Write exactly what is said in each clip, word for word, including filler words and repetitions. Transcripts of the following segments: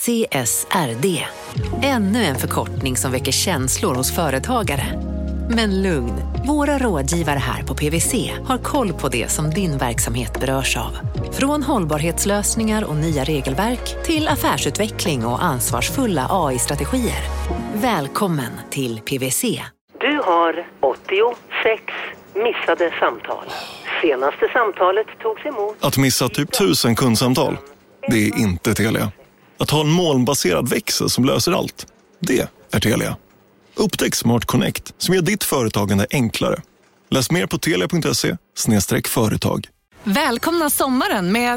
C S R D. Ännu en förkortning som väcker känslor hos företagare. Men lugn, våra rådgivare här på P W C har koll på det som din verksamhet berörs av. Från hållbarhetslösningar och nya regelverk till affärsutveckling och ansvarsfulla A I-strategier. Välkommen till P W C. Du har åttiosex missade samtal. Senaste samtalet togs emot. Att missa typ tusen kundsamtal, det är inte Telia. Att ha en molnbaserad växel som löser allt, det är Telia. Upptäck Smart Connect som gör ditt företagande enklare. Läs mer på telia punkt se slash företag. Välkomna sommaren med att...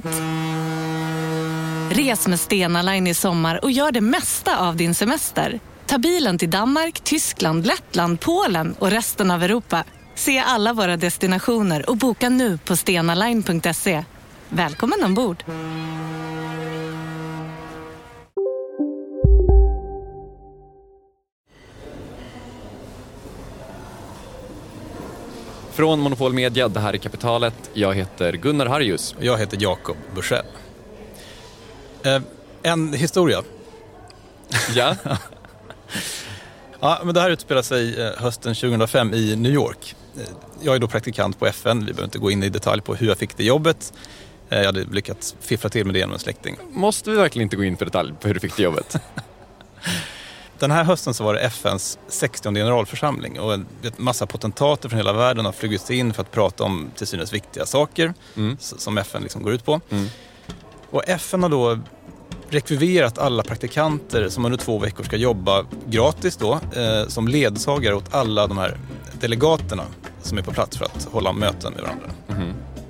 Res med Stena Line i sommar och gör det mesta av din semester. Ta bilen till Danmark, Tyskland, Lettland, Polen och resten av Europa. Se alla våra destinationer och boka nu på stena line punkt se. Välkommen ombord! Från Monopol Media, det här är Kapitalet. Jag heter Gunnar Harjus. Jag heter Jakob Bursell. Eh, en historia. Ja. Ja, men det här utspelar sig hösten tjugohundrafem i New York. Jag är då praktikant på F N. Vi behöver inte gå in i detalj på hur jag fick det jobbet. Jag hade lyckats fiffla till med det genom en släkting. Måste vi verkligen inte gå in för detalj på hur du fick det jobbet? Den här hösten så var det F N:s sextionde generalförsamling och en massa potentater från hela världen har flugits in för att prata om till synes viktiga saker mm. som F N liksom går ut på. Mm. Och F N har då rekvirerat alla praktikanter som under två veckor ska jobba gratis då eh, som ledsagare åt alla de här delegaterna som är på plats för att hålla möten med varandra. Mm.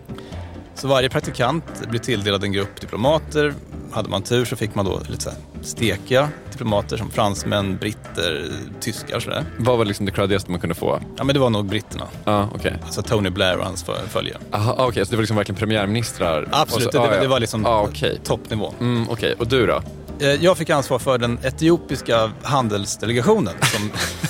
Så varje praktikant blir tilldelad en grupp diplomater. Hade man tur så fick man då lite så här stekiga diplomater som fransmän, britter, tyskar sådär. Vad var liksom det creddigaste man kunde få? Ja, men det var nog britterna. Ja, ah, okej. Okay. Alltså Tony Blair och hans följare. Aha, okej, okay. Så det var liksom verkligen premiärministrar? Absolut, så, det, ah, det, ja. det var liksom ah, okay. toppnivå. Mm, okej, okay. Och du då? Jag fick ansvar för den etiopiska handelsdelegationen som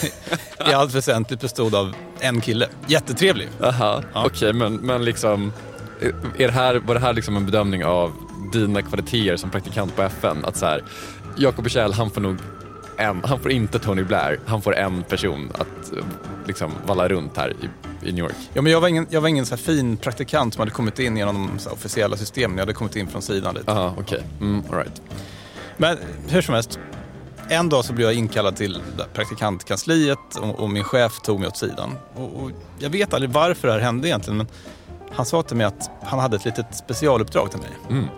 i allt väsentligt bestod av en kille. Jättetrevlig. Aha, ja. Okej, okay, men, men liksom är det här, var det här liksom en bedömning av dina kvaliteter som praktikant på F N? Att så här, Jakob Bursell, han får nog en, han får inte Tony Blair, han får en person att liksom valla runt här i, i New York. Ja, men jag var ingen, jag var ingen så här fin praktikant som hade kommit in genom de så här officiella systemen. Jag hade kommit in från sidan lite. Ja, okej. Okay. Mm, all right. Men hur som helst, en dag så blev jag inkallad till praktikantkansliet och, och min chef tog mig åt sidan. Och, och jag vet aldrig varför det här hände egentligen, men han sa till mig att han hade ett litet specialuppdrag till mig. Mm.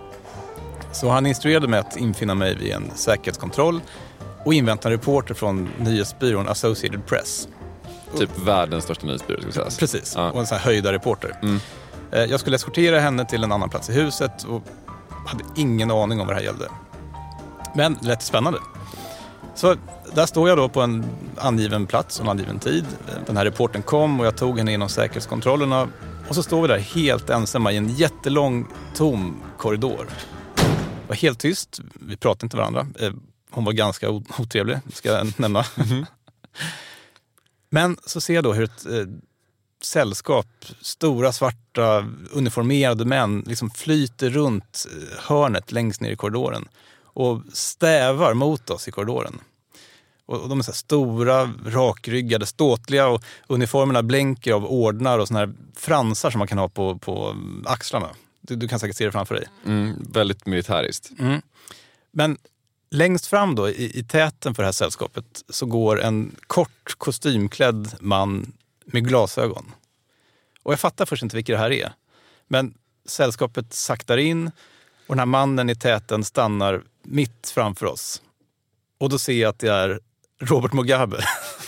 Så han instruerade mig att infinna mig vid en säkerhetskontroll och invänta en reporter från nyhetsbyrån Associated Press. Typ och, världens största nyhetsbyrå, skulle jag säga. Precis, ja. Och en sån här höjda reporter. Mm. Jag skulle eskortera henne till en annan plats i huset och hade ingen aning om vad det här gällde. Men det lät spännande. Så där står jag då på en angiven plats och en angiven tid. Den här reporten kom och jag tog henne inom säkerhetskontrollerna. Och så står vi där helt ensamma i en jättelång, tom korridor. Det var helt tyst, vi pratade inte varandra. Hon var ganska otrevlig, ska jag nämna. Mm-hmm. Men så ser jag då hur ett eh, sällskap, stora svarta uniformerade män liksom flyter runt hörnet längst ner i korridoren. Och stävar mot oss i korridoren. Och de är så här stora, rakryggade, ståtliga och uniformerna blänker av ordnar och såna här fransar som man kan ha på, på axlarna. Du, du kan säkert se det framför dig. Mm, väldigt militäriskt. Mm. Men längst fram då, i, i täten för det här sällskapet, så går en kort kostymklädd man med glasögon. Och jag fattar först inte vilka det här är. Men sällskapet saktar in och den här mannen i täten stannar mitt framför oss. Och då ser jag att det är Robert Mugabe.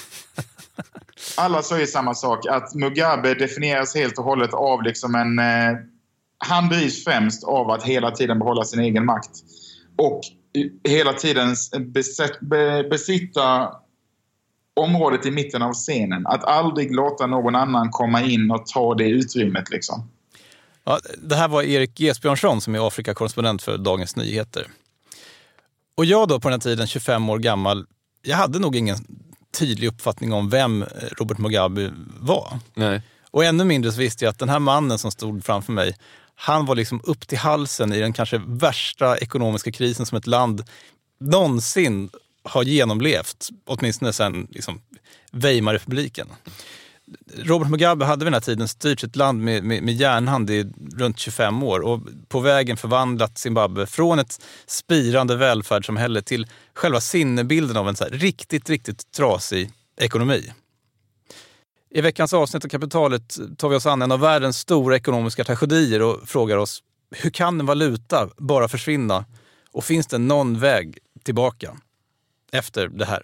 Alla säger samma sak, att Mugabe definieras helt och hållet av liksom en... Eh, han drivs främst av att hela tiden behålla sin egen makt. Och hela tiden besätt, be, besitta området i mitten av scenen. Att aldrig låta någon annan komma in och ta det utrymmet liksom. Ja, det här var Erik Esbjörnsson som är Afrika-korrespondent för Dagens Nyheter. Och jag då på den här tiden, tjugofem år gammal, jag hade nog ingen tydlig uppfattning om vem Robert Mugabe var. Nej. Och ännu mindre så visste jag att den här mannen som stod framför mig, han var liksom upp till halsen i den kanske värsta ekonomiska krisen som ett land någonsin har genomlevt, åtminstone sedan liksom, Weimarrepubliken. Robert Mugabe hade vid den här tiden styrt sitt land med, med, med järnhand i runt tjugofem år och på vägen förvandlat Zimbabwe från ett spirande välfärdssamhälle till själva sinnebilden av en så här riktigt, riktigt trasig ekonomi. I veckans avsnitt av Kapitalet tar vi oss an en av världens stora ekonomiska tragedier och frågar oss, hur kan en valuta bara försvinna och finns det någon väg tillbaka efter det här?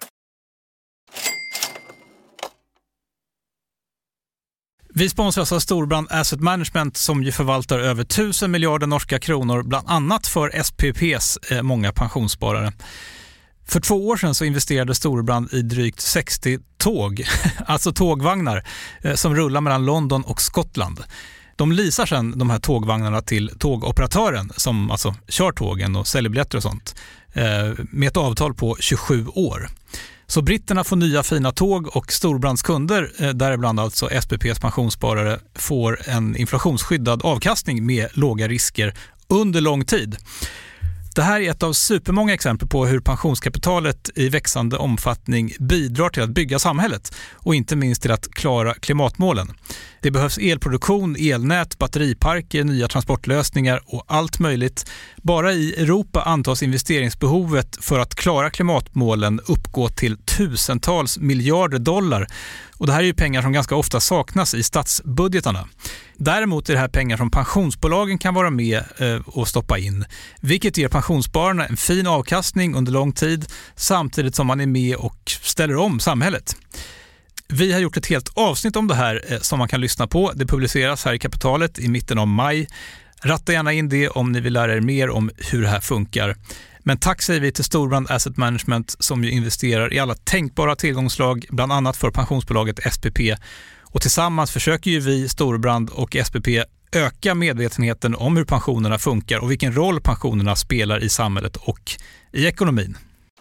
Vi sponsras av Storebrand Asset Management som ju förvaltar över tusen miljarder norska kronor, bland annat för S P P:s eh, många pensionssparare. För två år sedan så investerade Storebrand i drygt sextio tåg, alltså tågvagnar, eh, som rullar mellan London och Skottland. De leasar sedan de här tågvagnarna till tågoperatören som alltså kör tågen och säljer biljetter och sånt eh, med ett avtal på tjugosju år. Så britterna får nya fina tåg och Storebrands kunder, eh, däribland alltså S P P:s pensionssparare, får en inflationsskyddad avkastning med låga risker under lång tid. Det här är ett av supermånga exempel på hur pensionskapitalet i växande omfattning bidrar till att bygga samhället och inte minst till att klara klimatmålen. Det behövs elproduktion, elnät, batteriparker, nya transportlösningar och allt möjligt. Bara i Europa antas investeringsbehovet för att klara klimatmålen uppgå till tusentals miljarder dollar. Och det här är ju pengar som ganska ofta saknas i statsbudgetarna. Däremot är det här pengar som pensionsbolagen kan vara med och stoppa in, vilket ger pensionsspararna en fin avkastning under lång tid samtidigt som man är med och ställer om samhället. Vi har gjort ett helt avsnitt om det här som man kan lyssna på. Det publiceras här i Kapitalet i mitten av maj. Ratta gärna in det om ni vill lära er mer om hur det här funkar. Men tack säger vi till Storebrand Asset Management som ju investerar i alla tänkbara tillgångslag, bland annat för pensionsbolaget S P P. Och tillsammans försöker ju vi, Storebrand och S P P, öka medvetenheten om hur pensionerna funkar och vilken roll pensionerna spelar i samhället och i ekonomin.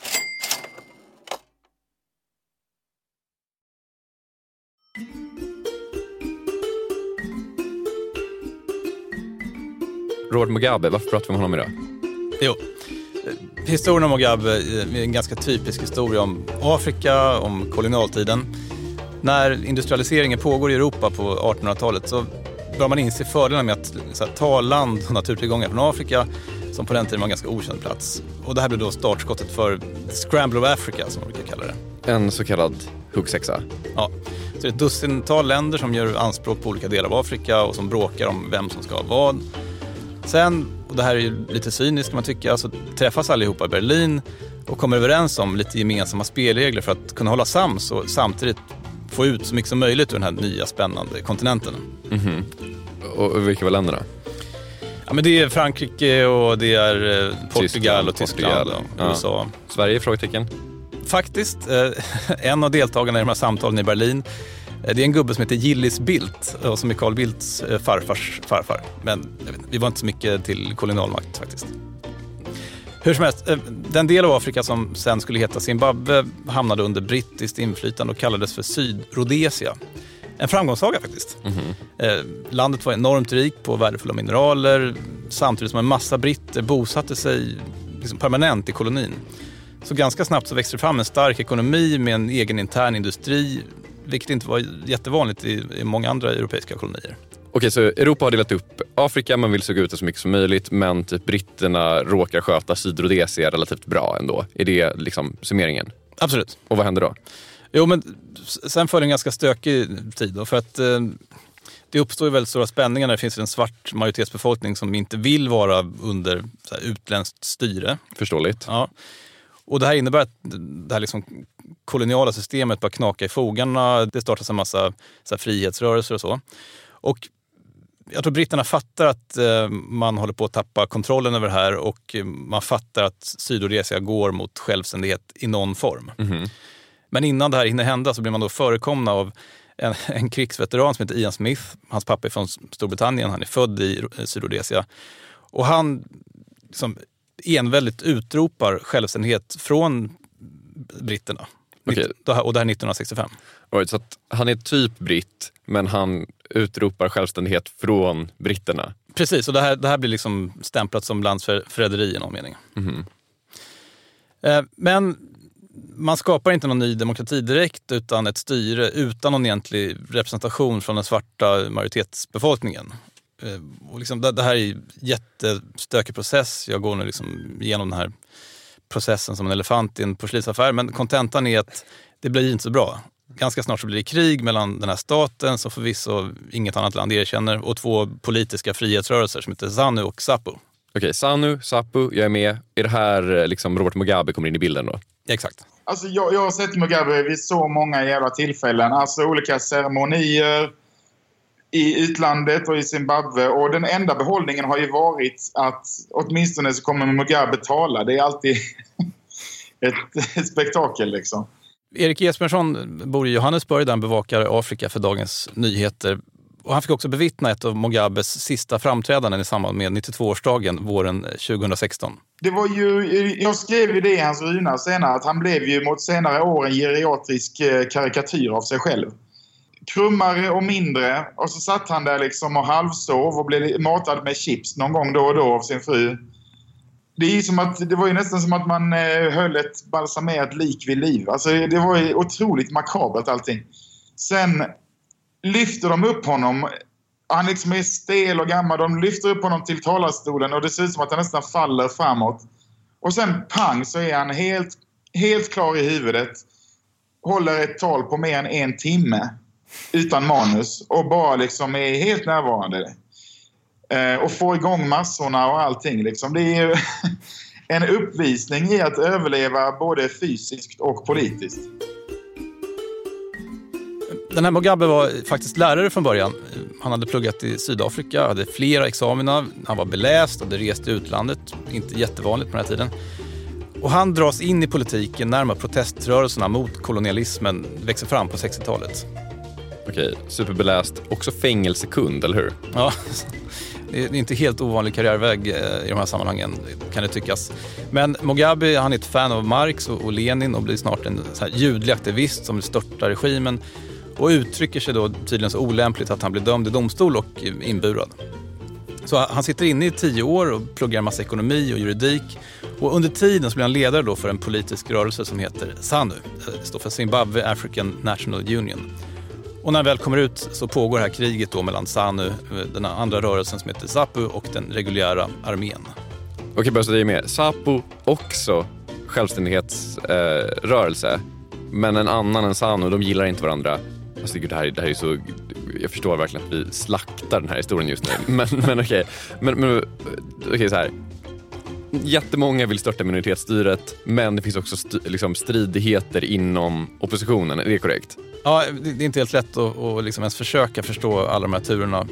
Robert Mugabe, varför pratar vi om honom idag? Jo, historien om Mugabe är en ganska typisk historia om Afrika, om kolonialtiden. När industrialiseringen pågår i Europa på artonhundratalet så bör man inse fördelarna med att så här, ta land och naturtillgångar från Afrika som på den tiden var en ganska okänd plats. Och det här blev då startskottet för Scramble of Africa som man brukar kalla det. En så kallad huggsexa. Ja, så det är ett dussintal länder som gör anspråk på olika delar av Afrika och som bråkar om vem som ska ha vad. Sen, och det här är ju lite cyniskt kan man tycka, så träffas allihopa i Berlin och kommer överens om lite gemensamma spelregler för att kunna hålla sams och samtidigt få ut så mycket som möjligt ur den här nya spännande kontinenten. Mm-hmm. Och vilka var länderna? Ja, men det är Frankrike och det är Portugal Tyskland, och Tyskland och ja. U S A. Sverige, frågetecken? Faktiskt, en av deltagarna i de här samtalen i Berlin, det är en gubbe som heter Gillis Bildt och som är Carl Bildts farfars farfar. Men jag vet, vi var inte så mycket till kolonialmakt faktiskt. Hur som helst, den del av Afrika som sen skulle heta Zimbabwe hamnade under brittiskt inflytande och kallades för Sydrhodesia. En framgångssaga faktiskt. Mm-hmm. Landet var enormt rikt på värdefulla mineraler samtidigt som en massa britter bosatte sig liksom permanent i kolonin. Så ganska snabbt så växte det fram en stark ekonomi med en egen intern industri, vilket inte var jättevanligt i, i många andra europeiska kolonier. Okej, så Europa har delat upp Afrika, man vill suga ut det så mycket som möjligt, men typ britterna råkar sköta Sydrhodesia relativt bra ändå. Är det liksom summeringen? Absolut. Och vad händer då? Jo, men sen får det en ganska stökig tid då, för att eh, det uppstår ju väldigt stora spänningar när det finns en svart majoritetsbefolkning som inte vill vara under så här, utländskt styre. Förståeligt. Ja. Och det här innebär att det här liksom koloniala systemet bara knaka i fogarna. Det startas en massa så här, frihetsrörelser och så. Och jag tror britterna fattar att eh, man håller på att tappa kontrollen över det här och man fattar att Sydrhodesia går mot självständighet i någon form. Mm-hmm. Men innan det här hinner hända så blir man då förekomna av en, en krigsveteran som heter Ian Smith. Hans pappa är från Storbritannien, han är född i Sydrhodesia. Och han liksom enväldigt utropar självständighet från britterna. Okay. Och det här är nittonhundrasextiofem. Right, så att han är typ britt, men han utropar självständighet från britterna. Precis, och det här, det här blir liksom stämplat som landsförräderi i någon mening. Mm-hmm. Men man skapar inte någon ny demokrati direkt utan ett styre utan någon egentlig representation från den svarta majoritetsbefolkningen. Och liksom det, det här är en jättestökig process. Jag går nu liksom igenom den här processen som en elefant i en porslinsaffär. Men kontentan är att det blir inte så bra. Ganska snart så blir det krig mellan den här staten som förvisso inget annat land erkänner och två politiska frihetsrörelser som heter ZANU och ZAPU. Okej, ZANU, ZAPU, jag är med. Är det här liksom Robert Mugabe kommer in i bilden då? Exakt. Alltså jag, jag har sett Mugabe vid så många jävla tillfällen. Alltså olika ceremonier i utlandet och i Zimbabwe. Och den enda behållningen har ju varit att åtminstone så kommer Mugabe tala. Det är alltid ett, ett spektakel liksom. Erik Jespersson bor i Johannesburg där han bevakar Afrika för Dagens Nyheter. Och han fick också bevittna ett av Mugabes sista framträdanden i samband med nittiotvåårsdagen våren tjugohundrasexton. Det var ju, jag skrev ju det i hans runar senare att han blev ju mot senare år en geriatrisk karikatyr av sig själv. Krummare och mindre och så satt han där liksom och halvsov och blev matad med chips någon gång då och då av sin fru. Det, är ju som att, det var ju nästan som att man höll ett balsamerat lik vid liv. Alltså det var ju otroligt makabert allting. Sen lyfter de upp honom. Han liksom är stel och gammal. De lyfter upp honom till talarstolen och det ser ut som att han nästan faller framåt. Och sen pang så är han helt, helt klar i huvudet. Håller ett tal på mer än en timme utan manus och bara liksom är helt närvarande. Eh, och får igång massorna och allting. Liksom. Det är ju en uppvisning i att överleva både fysiskt och politiskt. Den här Mugabe var faktiskt lärare från början. Han hade pluggat i Sydafrika, hade flera examina. Han var beläst och hade rest i utlandet. Inte jättevanligt på den här tiden. Och han dras in i politiken när de proteströrelserna mot kolonialismen växer fram på sextiotalet. Okej, superbeläst. Också fängelsekund, eller hur? Ja, det är inte helt ovanlig karriärväg i de här sammanhangen, kan det tyckas. Men Mugabe, han är ett fan av Marx och Lenin och blir snart en så här ljudlig aktivist som störtar regimen och uttrycker sig då tydligen så olämpligt att han blir dömd i domstol och inburad. Så han sitter inne i tio år och pluggar en massa ekonomi och juridik. Och under tiden så blir han ledare då för en politisk rörelse som heter ZANU. Det står för Zimbabwe African National Union. Och när han väl kommer ut så pågår det här kriget då mellan ZANU, den andra rörelsen som heter ZAPU och den reguljära armén. Okej, bara så det är med. ZAPU också självständighetsrörelse. Eh, men en annan än ZANU, de gillar inte varandra. Alltså, det, här, det här är så... Jag förstår verkligen att vi slaktar den här historien just nu. Men, men okej. Men, men, okej, så här. Jättemånga vill störta minoritetsstyret, men det finns också st- liksom stridigheter inom oppositionen. Är det korrekt? Ja, det är inte helt lätt att, att liksom ens försöka förstå alla de här turerna.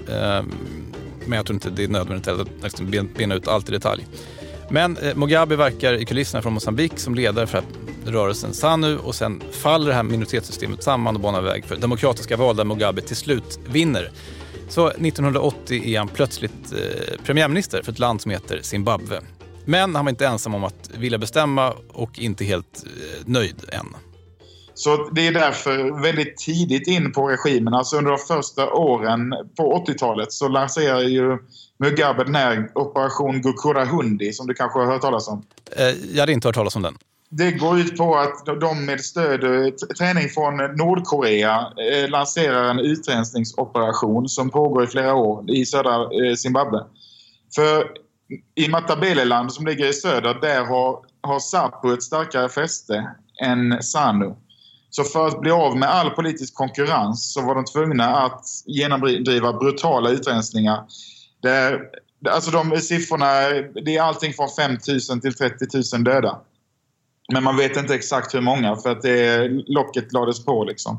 Men jag tror inte det är nödvändigt att liksom bena ut allt i detalj. Men Mugabe verkar i kulisserna från Mozambique som ledare för rörelsen ZANU och sen faller det här minoritetssystemet samman och banar väg för demokratiska val där Mugabe till slut vinner. Så nittonhundraåttio är han plötsligt premiärminister för ett land som heter Zimbabwe. Men han var inte ensam om att vilja bestämma och inte helt nöjd än. Så det är därför väldigt tidigt in på regimen, alltså under de första åren på åttiotalet så lanserar ju Mugabe den här operation Gukurahundi som du kanske har hört talas om. Jag hade inte hört talas om den. Det går ut på att de med stöd och träning från Nordkorea lanserar en utrensningsoperation som pågår i flera år i södra Zimbabwe. För i Matabeleland som ligger i söder, där har, har ZAPU ett starkare fäste än ZANU. Så för att bli av med all politisk konkurrens så var de tvungna att genomdriva brutala utrensningar. Där, alltså de siffrorna, det är allting från fem tusen till trettio tusen döda. Men man vet inte exakt hur många för att det, locket lades på liksom.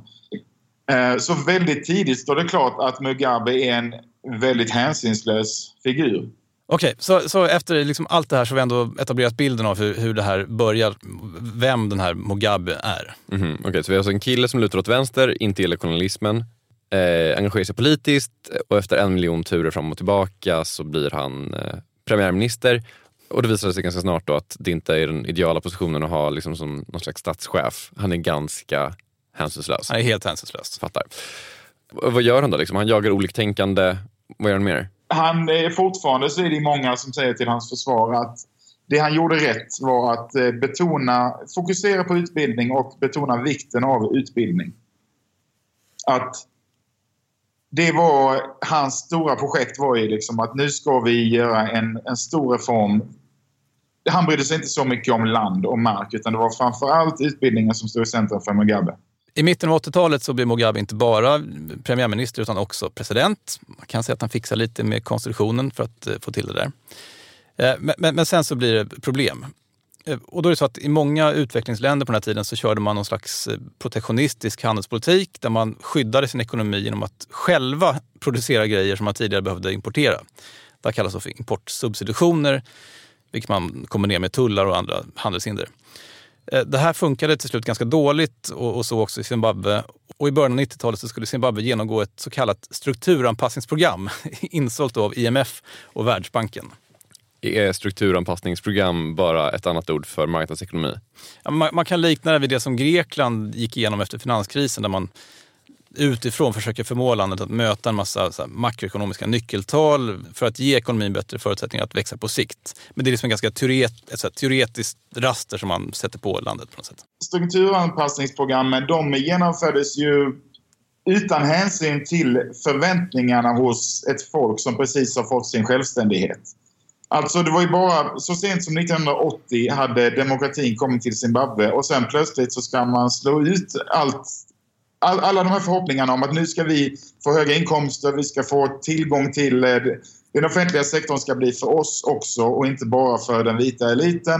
Så väldigt tidigt står det klart att Mugabe är en väldigt hänsynslös figur. Okej, så, så efter liksom allt det här så har vi ändå etablerat bilden av hur, hur det här börjar, vem den här Mugabe är. Mm-hmm. Okej, så vi har alltså en kille som lutar åt vänster, inte gillar kolonialismen, eh, engagerar sig politiskt och efter en miljon turer fram och tillbaka så blir han eh, premiärminister. Och det visar sig ganska snart då att det inte är den ideala positionen att ha liksom som någon slags statschef. Han är ganska hänsynslös. Han är helt hänsynslös. Fattar. Och vad gör han då? Liksom? Han jagar oliktänkande. Vad gör han mer? Han är fortfarande, så är det många som säger till hans försvar att det han gjorde rätt var att betona, fokusera på utbildning och betona vikten av utbildning. Att det var, hans stora projekt var ju liksom att nu ska vi göra en, en stor reform. Han brydde sig inte så mycket om land och mark, utan det var framförallt utbildningen som stod i centrum för Mugabe. I mitten av åttiotalet så blev Mugabe inte bara premiärminister utan också president. Man kan säga att han fixar lite med konstitutionen för att få till det där. Men, men, men sen så blir det problem. Och då är det så att i många utvecklingsländer på den här tiden så körde man någon slags protektionistisk handelspolitik där man skyddade sin ekonomi genom att själva producera grejer som man tidigare behövde importera. Det kallas det för importsubstitutioner, vilket man kommer ner med tullar och andra handelshinder. Det här funkade till slut ganska dåligt och, och så också i Zimbabwe. Och i början av nittiotalet så skulle Zimbabwe genomgå ett så kallat strukturanpassningsprogram insålt av I M F och Världsbanken. Är strukturanpassningsprogram bara ett annat ord för marknadsekonomi? Ja, man, man kan likna det vid det som Grekland gick igenom efter finanskrisen, där man utifrån försöker förmå landet att möta en massa så här, makroekonomiska nyckeltal för att ge ekonomin bättre förutsättningar att växa på sikt. Men det är liksom en ganska teoret, ett så här, teoretiskt raster som man sätter på landet på något sätt. Strukturanpassningsprogrammen, de genomfördes ju utan hänsyn till förväntningarna hos ett folk som precis har fått sin självständighet. Alltså det var ju bara, så sent som nittonhundraåttio hade demokratin kommit till Zimbabwe och sen plötsligt så ska man slå ut allt, all, alla de här förhoppningarna om att nu ska vi få höga inkomster, vi ska få tillgång till, den offentliga sektorn ska bli för oss också och inte bara för den vita eliten.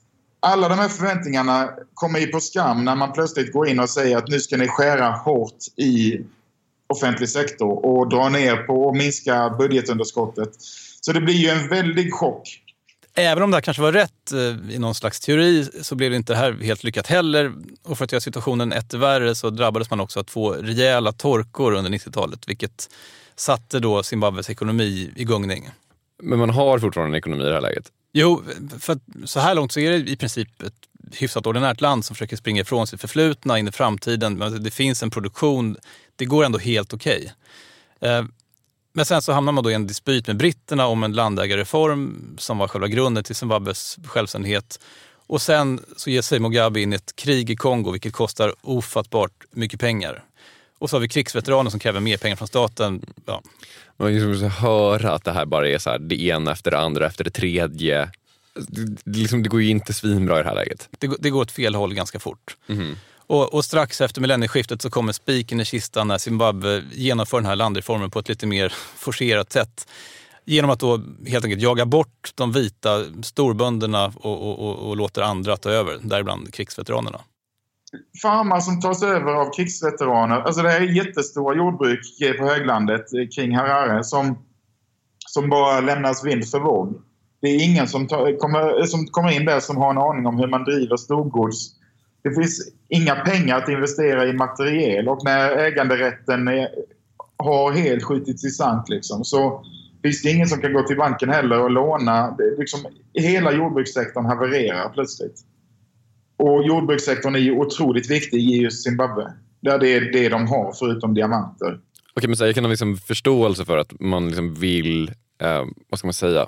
Alla de här förväntningarna kommer ju på skam när man plötsligt går in och säger att nu ska ni skära hårt i offentlig sektor och dra ner på och minska budgetunderskottet. Så det blir ju en väldig chock. Även om det här kanske var rätt i någon slags teori så blev det inte här helt lyckat heller. Och för att göra situationen ett värre så drabbades man också av två rejäla torkor under nittiotalet, vilket satte då Zimbabwes ekonomi i gungning. Men man har fortfarande en ekonomi i det här läget? Jo, för att så här långt så är det i princip ett hyfsat ordinärt land som försöker springa ifrån sig förflutna in i framtiden. Men det finns en produktion, det går ändå helt okej. Okay. Men sen så hamnar man då i en dispyt med britterna om en landägarreform som var själva grunden till Zimbabwes självständighet. Och sen så ger sig Mugabe in i ett krig i Kongo, vilket kostar ofattbart mycket pengar. Och så har vi krigsveteraner som kräver mer pengar från staten. Ja. Man kan liksom höra att det här bara är så här, det ena efter det andra efter det tredje. Det, liksom, det går ju inte svinbra i det här läget. Det, det går åt fel håll ganska fort. Mm. Och, och strax efter millennieskiftet så kommer spiken i kistan när Zimbabwe genomför den här landreformen på ett lite mer forcerat sätt. Genom att då helt enkelt jaga bort de vita storbönderna och, och, och, och låter andra ta över, däribland krigsveteranerna. Farmar som tas över av krigsveteraner, alltså det här är jättestora jordbruk på höglandet kring Harare som, som bara lämnas vind för våg. Det är ingen som, tar, kommer, som kommer in där som har en aning om hur man driver storgods. Det finns inga pengar att investera i materiel och när äganderätten är, har helt skjutits i sank liksom, så finns det ingen som kan gå till banken heller och låna. Det, liksom, hela jordbrukssektorn havererar plötsligt. Och jordbrukssektorn är ju otroligt viktig i just Zimbabwe. Där det är det de har förutom diamanter. Okej, men så jag kan ha liksom förståelse för att man liksom vill, eh, vad ska man säga,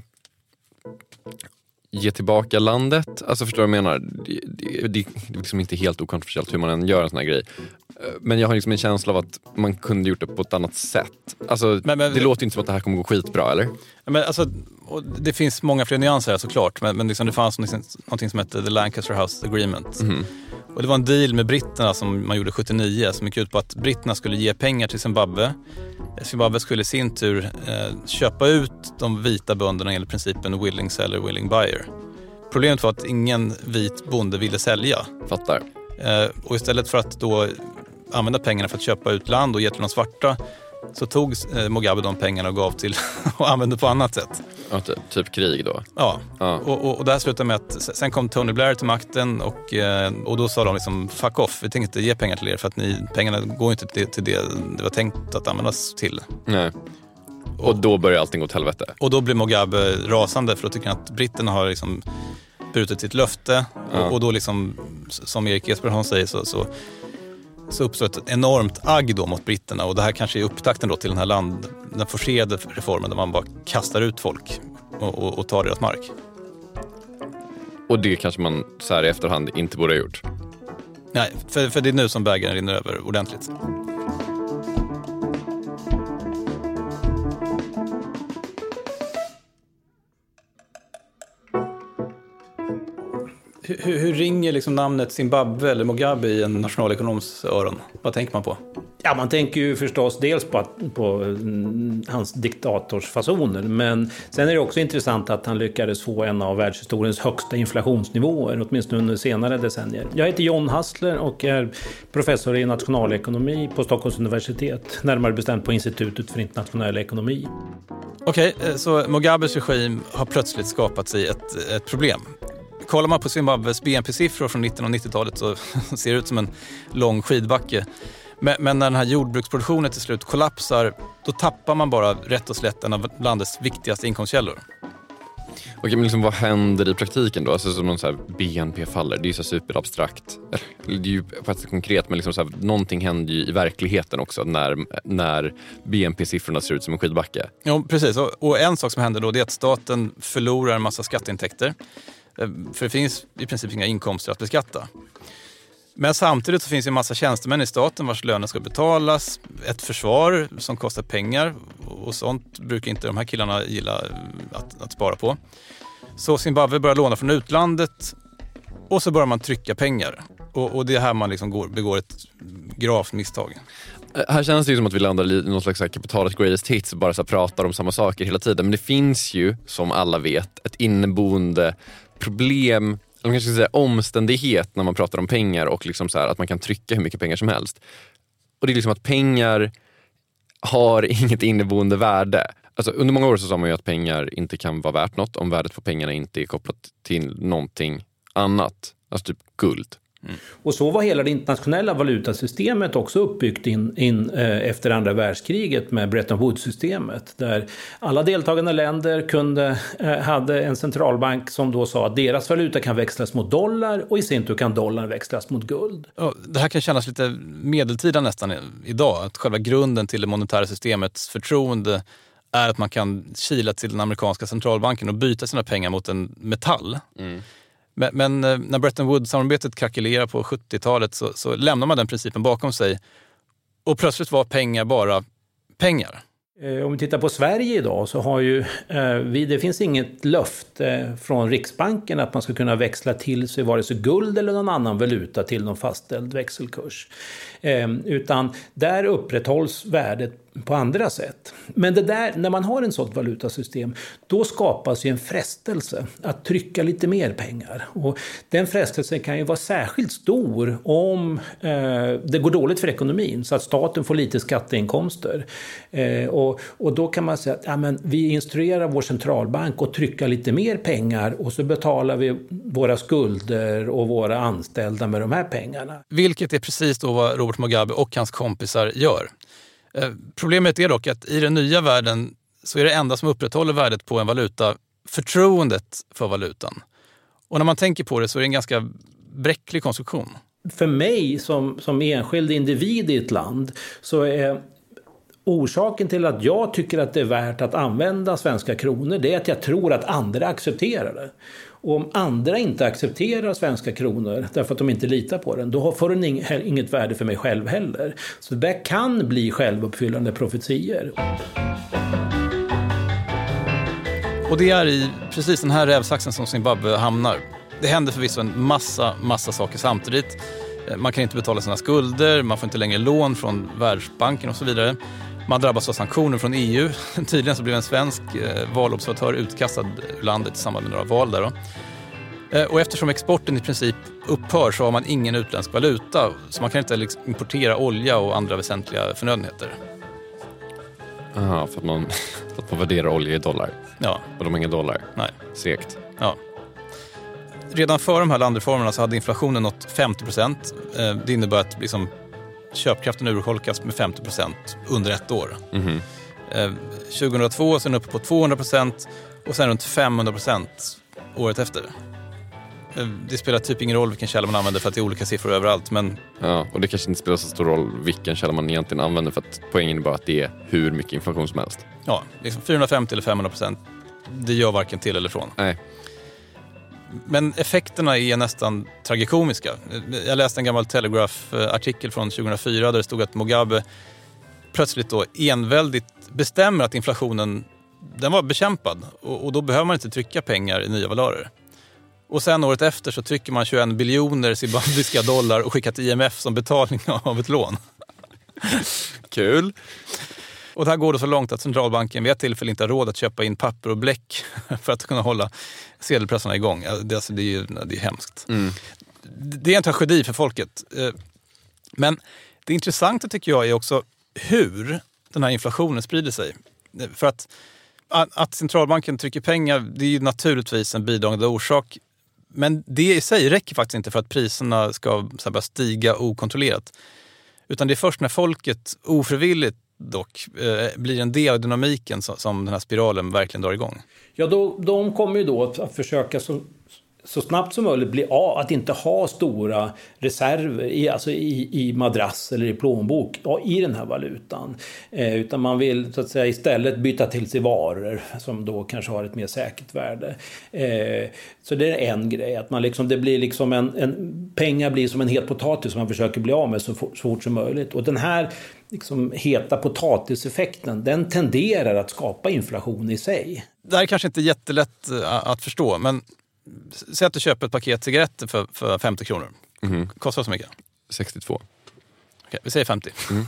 ge tillbaka landet. Alltså förstår du vad jag menar? Det, det, det är liksom inte helt okontroversiellt hur man än gör en sån här grej. Men jag har liksom en känsla av att man kunde gjort det på ett annat sätt. Alltså, men, men, det låter inte som att det här kommer gå skitbra, eller? Men alltså, och det finns många fler nyanser här såklart. Men, men liksom det fanns något som hette The Lancaster House Agreement. Mm. Och det var en deal med britterna som man gjorde sjuttionio som gick ut på att britterna skulle ge pengar till Zimbabwe. Zimbabwe skulle i sin tur eh, köpa ut de vita bönderna enligt principen willing seller, willing buyer. Problemet var att ingen vit bonde ville sälja. Fattar. Eh, och istället för att då använda pengarna för att köpa ut land och ge till de svarta så tog eh, Mugabe de pengarna och gav till och använde på annat sätt. Ja, typ, typ krig då? Ja, ja. Och, och, och det här slutade med att sen kom Tony Blair till makten och, eh, och då sa de liksom fuck off, vi tänker inte ge pengar till er för att ni, pengarna går inte till, till det det var tänkt att användas till. Nej. Och, och då börjar allting gå till helvete. Och då blir Mugabe rasande för då tycker han att britterna har liksom brutit sitt löfte ja. och, och då liksom, som Erik Esberg säger så, så så uppstår ett enormt agg då mot britterna och det här kanske är upptakten då till den här land, den forcerade reformen där man bara kastar ut folk och, och, och tar deras mark. Och det kanske man så här i efterhand inte borde ha gjort. Nej, för, för det är nu som bägaren rinner över ordentligt. Hur, hur ringer liksom namnet Zimbabwe eller Mugabe i en nationalekonoms öron? Vad tänker man på? Ja, man tänker ju förstås dels på, att, på mm, hans diktatorsfasoner, men sen är det också intressant att han lyckades få en av världshistoriens högsta inflationsnivåer, åtminstone under senare decennier. Jag heter John Hassler och är professor i nationalekonomi på Stockholms universitet, närmare bestämt på Institutet för internationell ekonomi. Okej, så Mugabes regim har plötsligt skapat sig ett, ett problem. Kollar man på Zimbabwes B N P-siffror från nitton- och nittiotalet så ser det ut som en lång skidbacke. Men, men när den här jordbruksproduktionen till slut kollapsar, då tappar man bara rätt och slätt en av landets viktigaste inkomstkällor. Okej, men liksom, vad händer i praktiken då? Alltså som någon så här B N P faller, det är ju så superabstrakt. Det är ju faktiskt konkret, men liksom så här, någonting händer ju i verkligheten också när, när B N P-siffrorna ser ut som en skidbacke. Ja, precis. Och, och en sak som händer då, det är att staten förlorar en massa skatteintäkter. För det finns i princip inga inkomster att beskatta. Men samtidigt så finns det en massa tjänstemän i staten vars löner ska betalas. Ett försvar som kostar pengar. Och sånt brukar inte de här killarna gilla att, att spara på. Så Zimbabwe börjar låna från utlandet. Och så börjar man trycka pengar. Och, och det är här man liksom går, begår ett gravt misstag. Här känns det ju som att vi landar i någon slags kapitalet greatest hits och bara så pratar om samma saker hela tiden. Men det finns ju, som alla vet, ett inneboende problem, eller man kanske ska säga omständighet när man pratar om pengar och liksom så här, att man kan trycka hur mycket pengar som helst. Och det är liksom att pengar har inget inneboende värde. Alltså under många år så sa man ju att pengar inte kan vara värt något om värdet på pengarna inte är kopplat till någonting annat. Alltså typ guld. Mm. Och så var hela det internationella valutasystemet också uppbyggt in, in, eh, efter andra världskriget med Bretton Woods-systemet. Där alla deltagande länder kunde, eh, hade en centralbank som då sa att deras valuta kan växlas mot dollar och i sin tur kan dollar växlas mot guld. Ja, det här kan kännas lite medeltida nästan idag. Att själva grunden till det monetära systemets förtroende är att man kan kila till den amerikanska centralbanken och byta sina pengar mot en metall. Mm. Men, men när Bretton Woods-samarbetet krackelerar på sjuttiotalet så, så lämnar man den principen bakom sig. Och plötsligt var pengar bara pengar. Om vi tittar på Sverige idag så har ju eh, vi, det finns inget löfte från Riksbanken att man ska kunna växla till sig vare sig guld eller någon annan valuta till någon fastställd växelkurs. Eh, utan där upprätthålls värdet på andra sätt. Men det där, när man har en sådant valutasystem, då skapas ju en frestelse att trycka lite mer pengar. Och den frestelsen kan ju vara särskilt stor om eh, det går dåligt för ekonomin så att staten får lite skatteinkomster. Eh, och, och då kan man säga att ja, men vi instruerar vår centralbank att trycka lite mer pengar och så betalar vi våra skulder och våra anställda med de här pengarna. Vilket är precis då vad Robert Mugabe och hans kompisar gör. Problemet är dock att i den nya världen så är det enda som upprätthåller värdet på en valuta förtroendet för valutan. Och när man tänker på det så är det en ganska bräcklig konstruktion. För mig som, som enskild individ i ett land så är orsaken till att jag tycker att det är värt att använda svenska kronor, det är att jag tror att andra accepterar det. Och om andra inte accepterar svenska kronor därför att de inte litar på den, då får den inget värde för mig själv heller. Så det kan bli självuppfyllande profetier. Och det är i precis den här rävsaxen som Zimbabwe hamnar. Det händer förvisso en massa, massa saker samtidigt. Man kan inte betala sina skulder, man får inte längre lån från Världsbanken och så vidare. Man drabbas av sanktioner från E U. Tydligen så blev en svensk eh, valobservatör utkastad ur landet i samband med några val där då. Eh, och eftersom exporten i princip upphör så har man ingen utländsk valuta. Så man kan inte liksom importera olja och andra väsentliga förnödenheter. Aha, för att man, för att man värderar olja i dollar. Ja. Och de har inga dollar. Nej. Segt. Ja. Redan före de här landreformerna så hade inflationen nått femtio procent. Eh, det innebär att liksom köpkraften urholkas med femtio procent under ett år. Mm-hmm. Eh, tjugohundratvå sen uppe på tvåhundra procent och sen runt femhundra procent året efter. Eh, det spelar typ ingen roll vilken källa man använder för att det är olika siffror överallt. Men... Ja, och det kanske inte spelar så stor roll vilken källa man egentligen använder för att poängen är bara att det är hur mycket inflation som helst. Ja, liksom fyrahundrafemtio eller femhundra procent. Det gör varken till eller från. Nej. Men effekterna är nästan tragikomiska. Jag läste en gammal Telegraph-artikel från tjugohundrafyra där det stod att Mugabe plötsligt då enväldigt bestämmer att inflationen den var bekämpad. Och, och då behöver man inte trycka pengar i nya valörer. Och sen året efter så trycker man tjugoen biljoner zimbabwiska dollar och skickar till I M F som betalning av ett lån. Kul. Och det här går då så långt att centralbanken vid ett tillfälle inte har råd att köpa in papper och bläck för att kunna hålla sedelpressarna igång. Det, alltså, det är ju det är hemskt. Mm. Det är en tragedi för folket. Men det intressanta tycker jag är också hur den här inflationen sprider sig. För att, att centralbanken trycker pengar, det är ju naturligtvis en bidragande orsak. Men det i sig räcker faktiskt inte för att priserna ska så här, bara stiga okontrollerat. Utan det är först när folket ofrivilligt dock eh, blir en del av dynamiken som, som den här spiralen verkligen drar igång. Ja, då, de kommer ju då att försöka så, så snabbt som möjligt bli av att inte ha stora reserver i, alltså i, i madrass eller i plånbok ja, i den här valutan. Eh, utan man vill så att säga istället byta till sig varor som då kanske har ett mer säkert värde. Eh, så det är en grej, att man liksom, det blir liksom en, en, pengar blir som en het potatis som man försöker bli av med så fort, så fort som möjligt. Och den här liksom heta potatiseffekten, den tenderar att skapa inflation i sig. Det här är kanske inte jättelätt att förstå, men säg att du köper ett paket cigaretter för, för femtio kronor. Mm. Kostar så mycket? sextiotvå. Okej, vi säger femtio. Mm.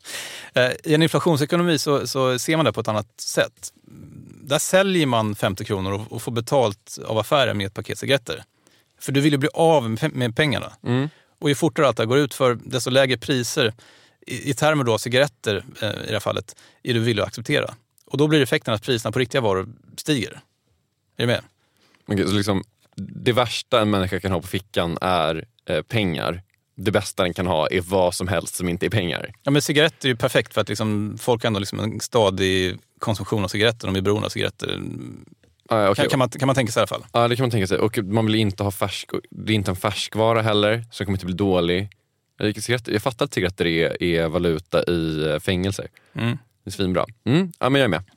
I en inflationsekonomi så, så ser man det på ett annat sätt. Där säljer man femtio kronor och, och får betalt av affären med ett paket cigaretter. För du vill ju bli av med, med pengarna. Mm. Och ju fortare allt det går ut för, desto lägre priser i, i termer då av cigaretter eh, i det här fallet är du villig att acceptera. Och då blir effekten att priserna på riktiga varor stiger. Är du med? Okay, så liksom, det värsta en människa kan ha på fickan är eh, pengar. Det bästa den kan ha är vad som helst som inte är pengar. Ja, men cigaretter är ju perfekt för att liksom, folk har ändå liksom en stadig konsumtion av cigaretter. De är beroende av cigaretter. Ah, okay. kan, kan, man, kan man tänka sig i alla fall? Ja, det kan man tänka sig. Och man vill inte ha färsk, det är inte en färskvara heller, så det kommer inte bli dålig. Jag fattar att cigaretter är, är valuta i fängelser. Mm. Det är svinbra. Mm. Ja, men jag är med.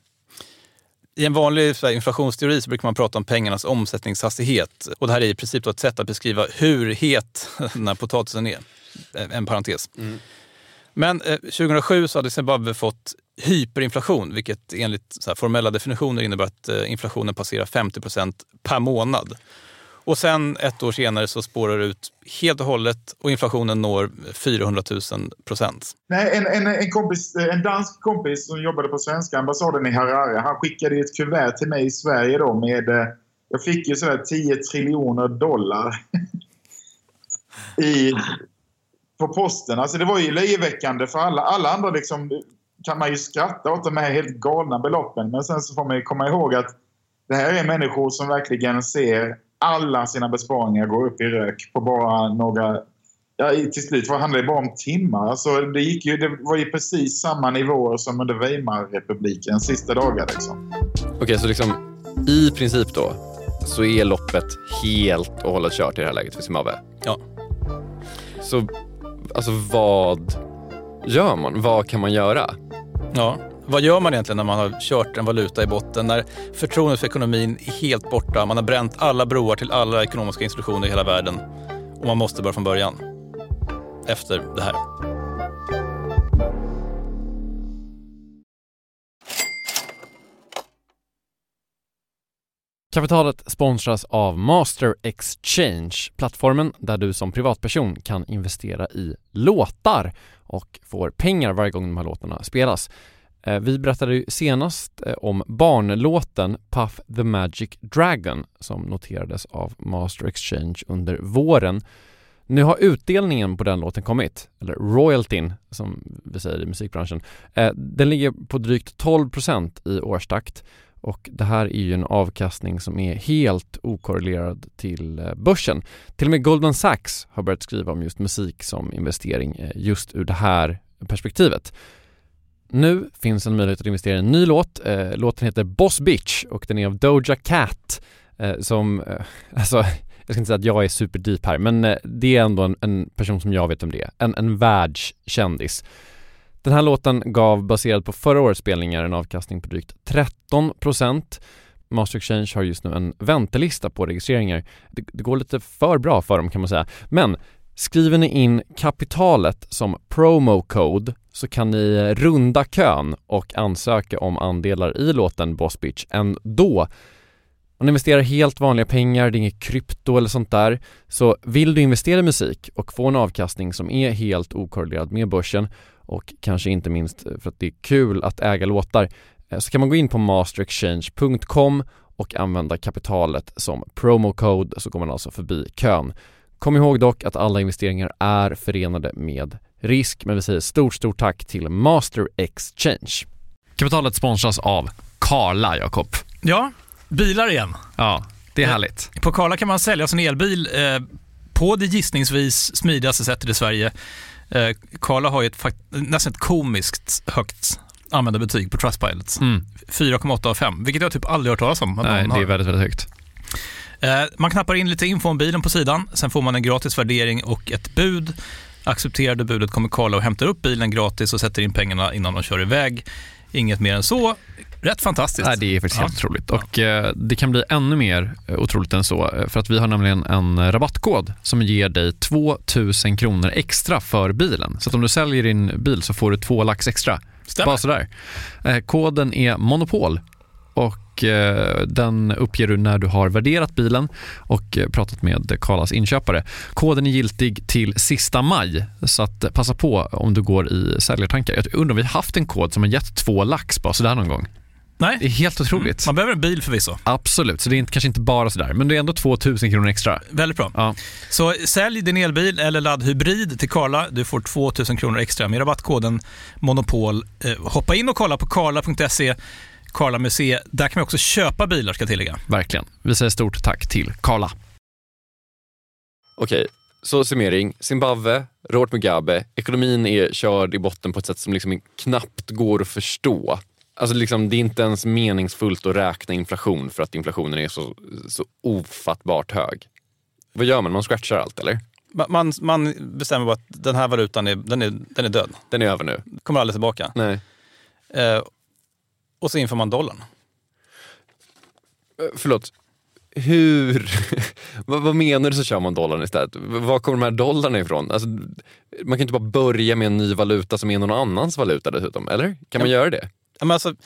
I en vanlig här, inflationsteori så brukar man prata om pengarnas omsättningshastighet. Och det här är i princip ett sätt att beskriva hur het den här potatisen är. En parentes. Mm. Men eh, tjugohundrasju så hade Zimbabwe fått hyperinflation, vilket enligt så här, formella definitioner innebär att eh, inflationen passerar femtio procent per månad. Och sen ett år senare så spårar det ut helt och hållet och inflationen når fyrahundratusen procent. Nej, en, en, en, kompis, en dansk kompis som jobbade på svenska ambassaden i Harare, han skickade ett kuvert till mig i Sverige då med, jag fick ju sådär tio triljoner dollar i, på posten. Alltså det var ju löjeväckande för alla, alla andra liksom, kan man ju skratta åt de här helt galna beloppen. Men sen så får man ju komma ihåg att det här är människor som verkligen ser alla sina besparingar gå upp i rök på bara några... Ja, till slut var det handlade bara om timmar. Alltså, det, gick ju, det var ju precis samma nivåer som under Weimarrepubliken sista dagar. Liksom. Okej, okay, så liksom i princip då så är loppet helt och hållet kört i det här läget för Zimbabwe? Ja. Så alltså vad gör man? Vad kan man göra? Ja. Vad gör man egentligen när man har kört en valuta i botten? När förtroendet för ekonomin är helt borta. Man har bränt alla broar till alla ekonomiska institutioner i hela världen. Och man måste börja från början. Efter det här. Kapitalet sponsras av Master Exchange, plattformen där du som privatperson kan investera i låtar och får pengar varje gång de här låtarna spelas. Vi berättade ju senast om barnlåten Puff the Magic Dragon som noterades av Master Exchange under våren. Nu har utdelningen på den låten kommit, eller royaltyn som vi säger i musikbranschen. Den ligger på drygt tolv procent i årstakt och det här är ju en avkastning som är helt okorrelerad till börsen. Till och med Goldman Sachs har börjat skriva om just musik som investering just ur det här perspektivet. Nu finns en möjlighet att investera i en ny låt. Eh, låten heter Boss Bitch och den är av Doja Cat eh, som, eh, alltså jag ska inte säga att jag är superdeep här, men eh, det är ändå en, en person som jag vet om det är. En, en världskändis. Den här låten gav baserad på förra årets spelningar en avkastning på drygt tretton procent. Master Exchange har just nu en väntelista på registreringar. Det, det går lite för bra för dem kan man säga. Men skriver ni in kapitalet som promo code så kan ni runda kön och ansöka om andelar i låten Boss Bitch ändå. Om ni investerar helt vanliga pengar, det är inget krypto eller sånt där, så vill du investera i musik och få en avkastning som är helt okorrelerad med börsen och kanske inte minst för att det är kul att äga låtar, så kan man gå in på master exchange punkt com och använda kapitalet som promo code, så går man alltså förbi kön. Kom ihåg dock att alla investeringar är förenade med risk, men vi säger stort, stort tack till Master Exchange. Kapitalet sponsras av Carla, Jakob. Ja, bilar igen. Ja, det är härligt. På Carla kan man sälja sin elbil eh, på det gissningsvis smidigaste sättet i Sverige. Eh, Carla har ju ett fakt- nästan ett komiskt högt användarbetyg på Trustpilot. Mm. fyra komma åtta av fem, vilket jag typ aldrig hört talas om. Nej, det är väldigt, väldigt högt. Eh, man knappar in lite info om bilen på sidan, sen får man en gratis värdering och ett bud. Accepterade budet kommer Carla och hämtar upp bilen gratis och sätter in pengarna innan de kör iväg. Inget mer än så. Rätt fantastiskt. Nej, det är faktiskt ja. helt otroligt. Och eh, det kan bli ännu mer otroligt än så. För att vi har nämligen en rabattkod som ger dig två tusen kronor extra för bilen. Så att om du säljer din bil så får du två lax extra. Stämmer. Bara sådär. Eh, koden är Monopol. Och eh, den uppger du när du har värderat bilen och eh, pratat med Carlas inköpare. Koden är giltig till sista maj, så att eh, passa på om du går i säljartankar. Jag undrar om vi har haft en kod som har gett två lax bara sådär någon gång. Nej. Det är helt otroligt. Mm. Man behöver en bil förvisso. Absolut, så det är inte, kanske inte bara sådär, men det är ändå två tusen kronor extra. Väldigt bra. Ja. Så sälj din elbil eller laddhybrid till Carla. Du får två tusen kronor extra med rabattkoden Monopol. Eh, hoppa in och kolla på carla punkt se. Carla Museet. Där kan vi också köpa bilar, ska jag tillägga. Verkligen. Vi säger stort tack till Carla. Okej, så summering. Zimbabwe, Robert Mugabe. Ekonomin är körd i botten på ett sätt som liksom knappt går att förstå. Alltså liksom, det är inte ens meningsfullt att räkna inflation för att inflationen är så, så ofattbart hög. Vad gör man? Man scratchar allt, eller? Man, man bestämmer bara att den här valutan är, den är, den är död. Den är över nu. Kommer aldrig tillbaka. Nej. Eh, och så inför man dollarn. Förlåt. Hur? vad, vad menar du så kör man dollarn istället? Var kommer de här dollarna ifrån? Alltså, man kan inte bara börja med en ny valuta som är någon annans valuta dessutom, eller? Kan ja. man göra det? Ja, men alltså,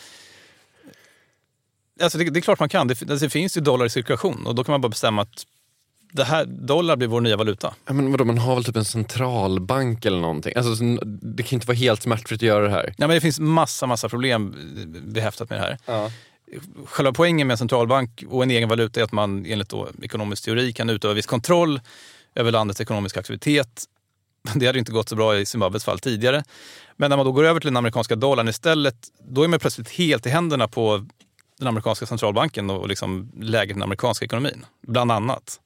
alltså det, det är klart man kan. Det, det finns ju dollar i cirkulation och då kan man bara bestämma att det här, dollar blir vår nya valuta. Ja, men vadå, man har väl typ en centralbank eller någonting. Alltså, det kan inte vara helt smärtfritt att göra det här. Ja, men det finns massa, massa problem behäftat med det här. Ja. Själva poängen med en centralbank och en egen valuta är att man enligt då ekonomisk teori kan utöva viss kontroll över landets ekonomiska aktivitet. Det hade inte gått så bra i Zimbabwes fall tidigare. Men när man då går över till den amerikanska dollarn istället, då är man plötsligt helt i händerna på den amerikanska centralbanken och liksom läget i den amerikanska ekonomin, bland annat.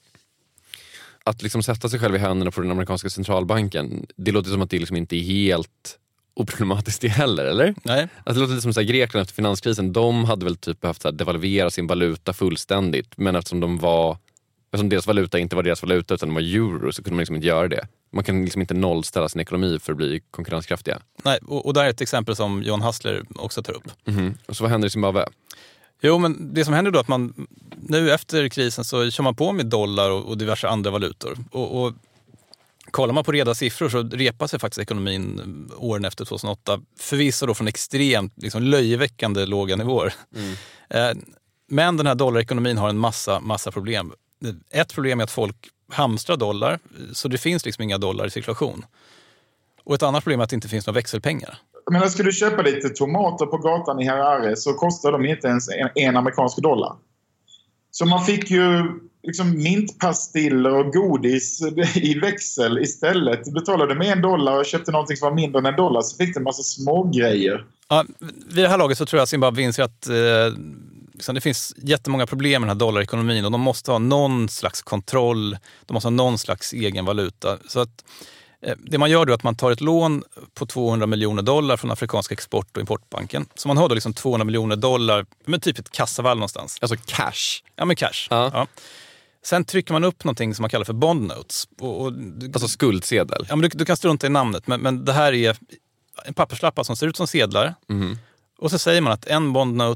Att liksom sätta sig själv i händerna på den amerikanska centralbanken, det låter som att det liksom inte är helt oproblematiskt det heller, eller? Nej. Alltså, det låter lite som så här, Grekland efter finanskrisen, de hade väl typ behövt så här, devalvera sin valuta fullständigt, men eftersom de var eftersom deras valuta inte var deras valuta utan de var euro, så kunde man liksom inte göra det. Man kan liksom inte nollställa sin ekonomi för att bli konkurrenskraftiga. Nej, och, och där är ett exempel som John Hassler också tar upp. Mm-hmm. Och så vad händer i Zimbabwe? Jo, men det som händer då är att man nu efter krisen så kör man på med dollar och, och diverse andra valutor. Och, och kollar man på reda siffror så repar sig faktiskt ekonomin åren efter tjugohundraåtta. Förvisso då från extremt liksom, löjeväckande låga nivåer. Mm. Eh, men den här dollarekonomin har en massa, massa problem. Ett problem är att folk hamstrar dollar, så det finns liksom inga dollar i cirkulation. Och ett annat problem är att det inte finns några växelpengar. Men ska du köpa lite tomater på gatan i Harare så kostar de inte ens en, en amerikansk dollar. Så man fick ju liksom mintpastiller och godis i växel istället. Du betalade med en dollar och köpte någonting som var mindre än en dollar, så fick du en massa små grejer. Ja, vid det här laget så tror jag att Zimbabwe inser att eh, liksom det finns jättemånga problem med den här dollarekonomin och de måste ha någon slags kontroll, de måste ha någon slags egen valuta. Så att eh, det man gör då är att man tar ett lån på tvåhundra miljoner dollar från Afrikanska export- och importbanken. Så man har då liksom tvåhundra miljoner dollar, men typ ett kassavalv någonstans. Alltså cash? Ja, men cash. Ja. Ja. Sen trycker man upp någonting som man kallar för bond notes. Och, och, alltså skuldsedel? Ja, men du, du kan strunta i namnet, men, men det här är en papperslappa som ser ut som sedlar. Mm. Och så säger man att en bond note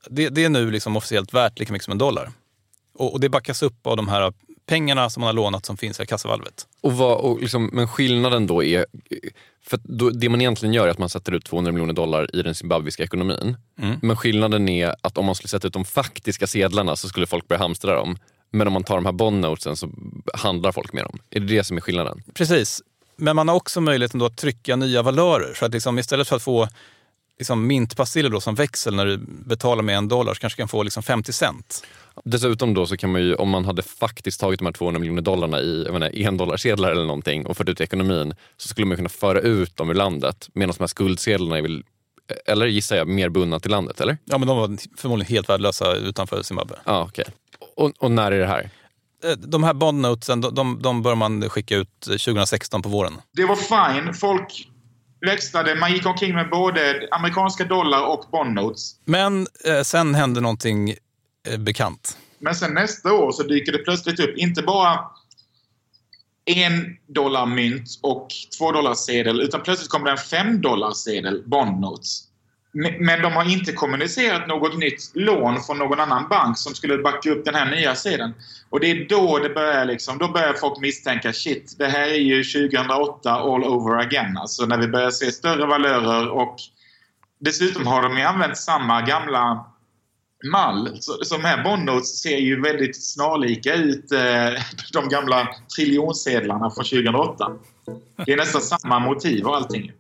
det, det är nu liksom officiellt värt lika mycket som en dollar. Och, och det backas upp av de här pengarna som man har lånat som finns i kassavalvet. Och vad, och liksom, men skillnaden då är, för då, det man egentligen gör är att man sätter ut tvåhundra miljoner dollar i den zimbabwiska ekonomin. Mm. Men skillnaden är att om man skulle sätta ut de faktiska sedlarna så skulle folk börja hamstra dem. Men om man tar de här bondnotesen så handlar folk med dem. Är det det som är skillnaden? Precis. Men man har också möjligheten då att trycka nya valörer. Så att liksom, istället för att få liksom, myntpastiller då som växel när du betalar med en dollar så kanske kan få liksom femtio cent. Dessutom då så kan man ju, om man hade faktiskt tagit de här tvåhundra miljoner dollarna i jag menar, en dollarsedlar eller någonting och fört ut i ekonomin, så skulle man kunna föra ut dem ur landet, medan de här skuldsedlarna är väl, eller gissar jag, mer bundna till landet, eller? Ja, men de var förmodligen helt värdelösa utanför Zimbabwe. Ja, okej. Okay. Och, och när är det här? De här bondnotesen, de, de, de bör man skicka ut tjugohundrasexton på våren. Det var fine. Folk växlade. Man gick omkring med både amerikanska dollar och bondnotes. Men eh, sen hände någonting eh, bekant. Men sen nästa år så dyker det plötsligt upp inte bara en dollar mynt och två dollar sedel, utan plötsligt kommer det en fem dollar sedel, bondnotes. Men de har inte kommunicerat något nytt lån från någon annan bank som skulle backa upp den här nya sedeln. Och det är då det börjar liksom, då börjar folk misstänka, shit, det här är ju tjugohundraåtta all over again. Alltså när vi börjar se större valörer, och dessutom har de ju använt samma gamla mall. Så, så de här bondnotes ser ju väldigt snarlika ut, eh, de gamla triljonsedlarna från tjugohundraåtta. Det är nästan samma motiv och allting.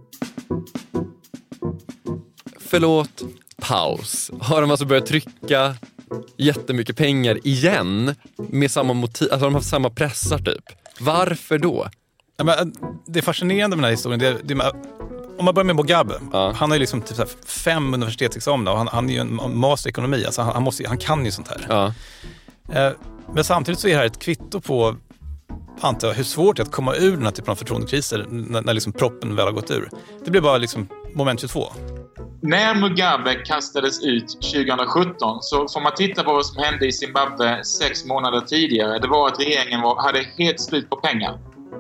Förlåt, paus. Har de alltså börjat trycka jättemycket pengar igen med samma motiv? Alltså de har haft samma pressar typ. Varför då? Ja, men det är fascinerande med den här historien. Det är, det är, om man börjar med Mugabe. Ja. Han har ju liksom typ så här fem universitetsexamina och han, han är ju en master i ekonomi. Alltså han, han, måste, han kan ju sånt här. Ja. Eh, men samtidigt så är det här ett kvitto på, antar jag, hur svårt det är att komma ur den här typen av förtroendekriser när, när liksom proppen väl har gått ur. Det blir bara liksom moment tjugotvå. När Mugabe kastades ut tjugohundrasjutton så får man titta på vad som hände i Zimbabwe sex månader tidigare. Det var att regeringen var, hade helt slut på pengar.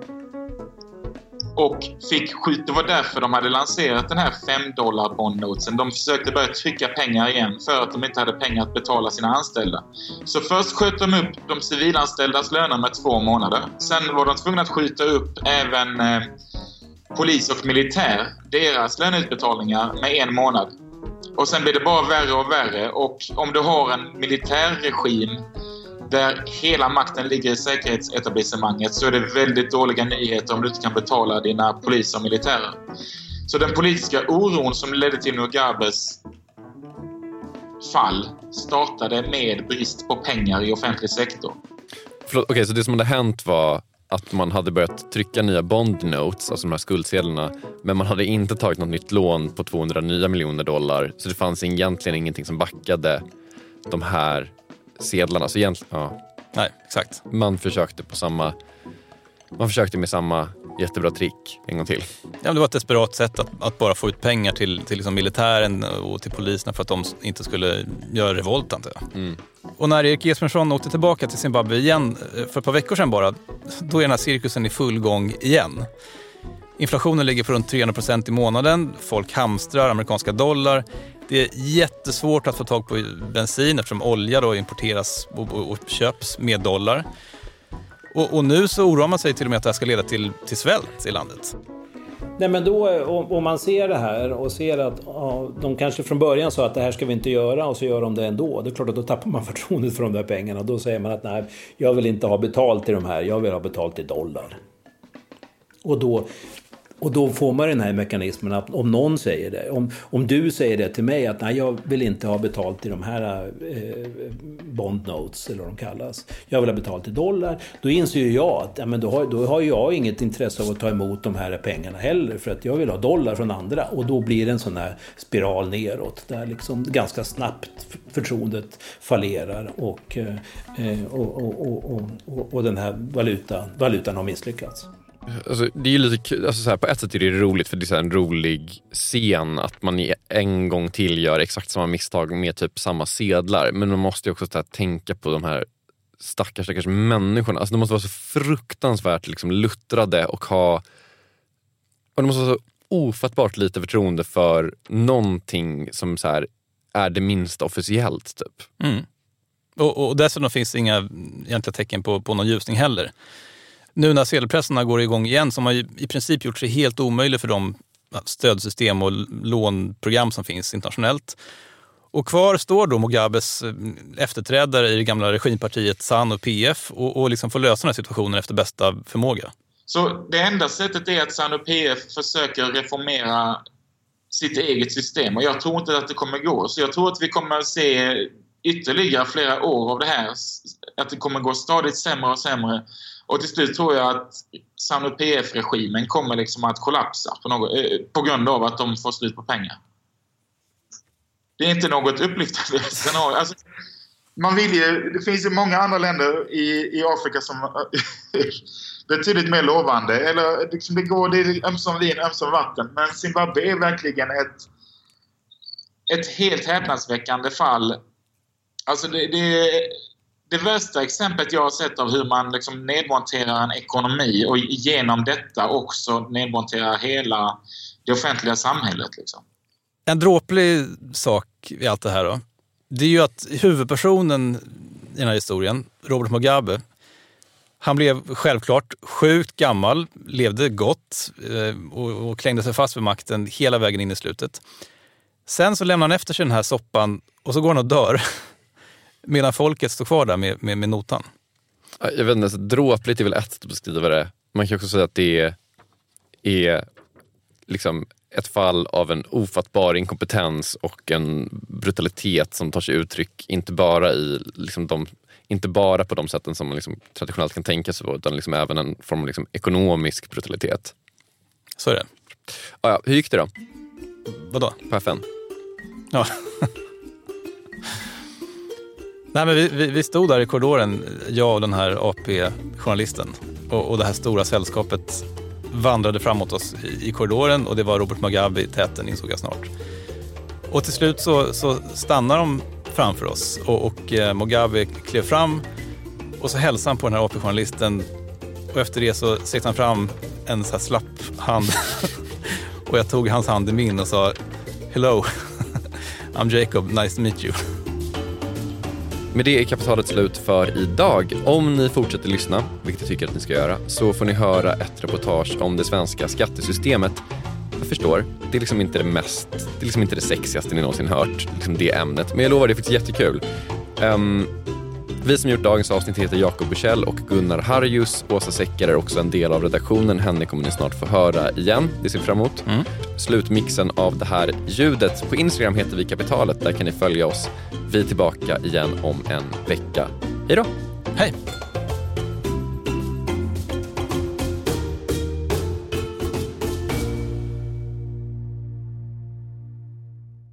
Och fick skjut. Det var därför de hade lanserat den här fem dollar bondnotesen. De försökte börja trycka pengar igen för att de inte hade pengar att betala sina anställda. Så först sköt de upp de civilanställdas löner med två månader. Sen var de tvungna att skjuta upp även eh, polis och militär, deras löneutbetalningar med en månad. Och sen blir det bara värre och värre. Och om du har en militärregim där hela makten ligger i säkerhetsetablissemanget, så är det väldigt dåliga nyheter om du inte kan betala dina poliser och militärer. Så den politiska oron som ledde till Mugabes fall startade med brist på pengar i offentlig sektor. Förlåt, okej, så det som hade hänt var att man hade börjat trycka nya bondnotes, alltså de här skuldsedlarna, men man hade inte tagit något nytt lån på tvåhundra nya miljoner dollar, så det fanns egentligen ingenting som backade de här sedlarna. Så egentligen, ja. Nej, exakt. Man försökte på samma, man försökte med samma jättebra trick en gång till. Ja, det var ett desperat sätt att, att bara få ut pengar till, till liksom militären och till poliserna för att de inte skulle göra revolt, antar jag. Mm. Och när Erik Jespersson åkte tillbaka till Zimbabwe igen för ett par veckor sedan bara, då är den här cirkusen i full gång igen. Inflationen ligger på runt trehundra procent i månaden. Folk hamstrar amerikanska dollar. Det är jättesvårt att få tag på bensin eftersom olja då importeras och, och, och köps med dollar. Och, och nu så oroar man sig till och med att det här ska leda till, till svält i landet. Nej, men då om, om man ser det här och ser att ja, de kanske från början sa att det här ska vi inte göra och så gör de det ändå. Det är klart att då tappar man förtroendet för de där pengarna. Då säger man att nej, jag vill inte ha betalt i de här, jag vill ha betalt i dollar. Och då... Och då får man den här mekanismen att om någon säger det, om, om du säger det till mig att nej, jag vill inte ha betalt i de här eh, bondnotes eller vad de kallas. Jag vill ha betalt i dollar. Då inser ju jag att ja, men då, har, då har jag inget intresse av att ta emot de här pengarna heller, för att jag vill ha dollar från andra. Och då blir det en sån här spiral neråt där liksom ganska snabbt förtroendet fallerar och, eh, och, och, och, och, och, och den här valuta, valutan har misslyckats. Alltså, det är ju lite, alltså så här, på ett sätt är det roligt för det är så här en rolig scen att man en gång till gör exakt samma misstag med typ samma sedlar, men man måste ju också så här, tänka på de här stackars, stackars människorna. Alltså de måste vara så fruktansvärt liksom luttrade och ha, och de måste ha så ofattbart lite förtroende för någonting som så här är det minsta officiellt typ. Mm. Och, och dessutom finns det inga egentliga tecken på, på någon ljusning heller. Nu när sedelpressarna går igång igen så har man ju i princip gjort sig helt omöjligt för de stödsystem och lånprogram som finns internationellt. Och kvar står då Mugabes efterträdare i det gamla regimpartiet S A N och P F och, och liksom får lösa den här situationen efter bästa förmåga. Så det enda sättet är att S A N och P F försöker reformera sitt eget system. Och jag tror inte att det kommer gå. Så jag tror att vi kommer att se ytterligare flera år av det här. Att det kommer gå stadigt sämre och sämre. Och till slut tror jag att S A N och P F-regimen kommer liksom att kollapsa på, något, på grund av att de får slut på pengar. Det är inte något upplyftande scenario. Alltså, man vill ju, det finns ju många andra länder i, i Afrika som det är tydligt mer lovande. Eller liksom det går, det är ömsom vin, ömsom vatten. Men Zimbabwe är verkligen ett, ett helt häpnadsväckande fall. Alltså det, det, det värsta exemplet jag har sett av hur man liksom nedmonterar en ekonomi och genom detta också nedmonterar hela det offentliga samhället. Liksom. En dråplig sak i allt det här då, det är ju att huvudpersonen i den här historien, Robert Mugabe, han blev självklart sjukt gammal, levde gott och, och klängde sig fast vid makten hela vägen in i slutet. Sen så lämnar han efter sig den här soppan och så går han och dör medan folket står kvar där med, med, med notan. Jag vet inte, så dråpligt är väl ett sätt att beskriva det. Man kan också säga att det är, är liksom ett fall av en ofattbar inkompetens och en brutalitet som tar sig uttryck inte bara i liksom de, inte bara på de sätten som man liksom traditionellt kan tänka sig på, utan liksom även en form av liksom ekonomisk brutalitet. Så är det. Ja, ja, hur gick det då? Vadå? På F N? Ja. Nej, men vi, vi, vi stod där i korridoren, jag och den här A P-journalisten, och, och det här stora sällskapet vandrade framåt oss i, i korridoren och det var Robert Mugabe i täten, insåg jag snart. Och till slut så, så stannar de framför oss och, och eh, Mugabe klev fram och så hälsade han på den här A P-journalisten och efter det så sträckte han fram en så här slapp hand och jag tog hans hand i min och sa hello, I'm Jacob, nice to meet you. Med det är kapitalet slut för idag. Om ni fortsätter lyssna, vilket jag tycker att ni ska göra, så får ni höra ett reportage om det svenska skattesystemet. Jag förstår, det är liksom inte det mest, det är liksom inte det sexigaste ni någonsin hört, liksom det ämnet. Men jag lovar, det är faktiskt jättekul. Um, vi som gjort dagens avsnitt heter Jakob Bursell och Gunnar Harjus. Åsa Secker är också en del av redaktionen. Henne kommer ni snart få höra igen. Det ser fram emot. Mm. Slutmixen av det här ljudet. På Instagram heter vi Kapitalet. Där kan ni följa oss. Vi är tillbaka igen om en vecka. Hej då! Hej!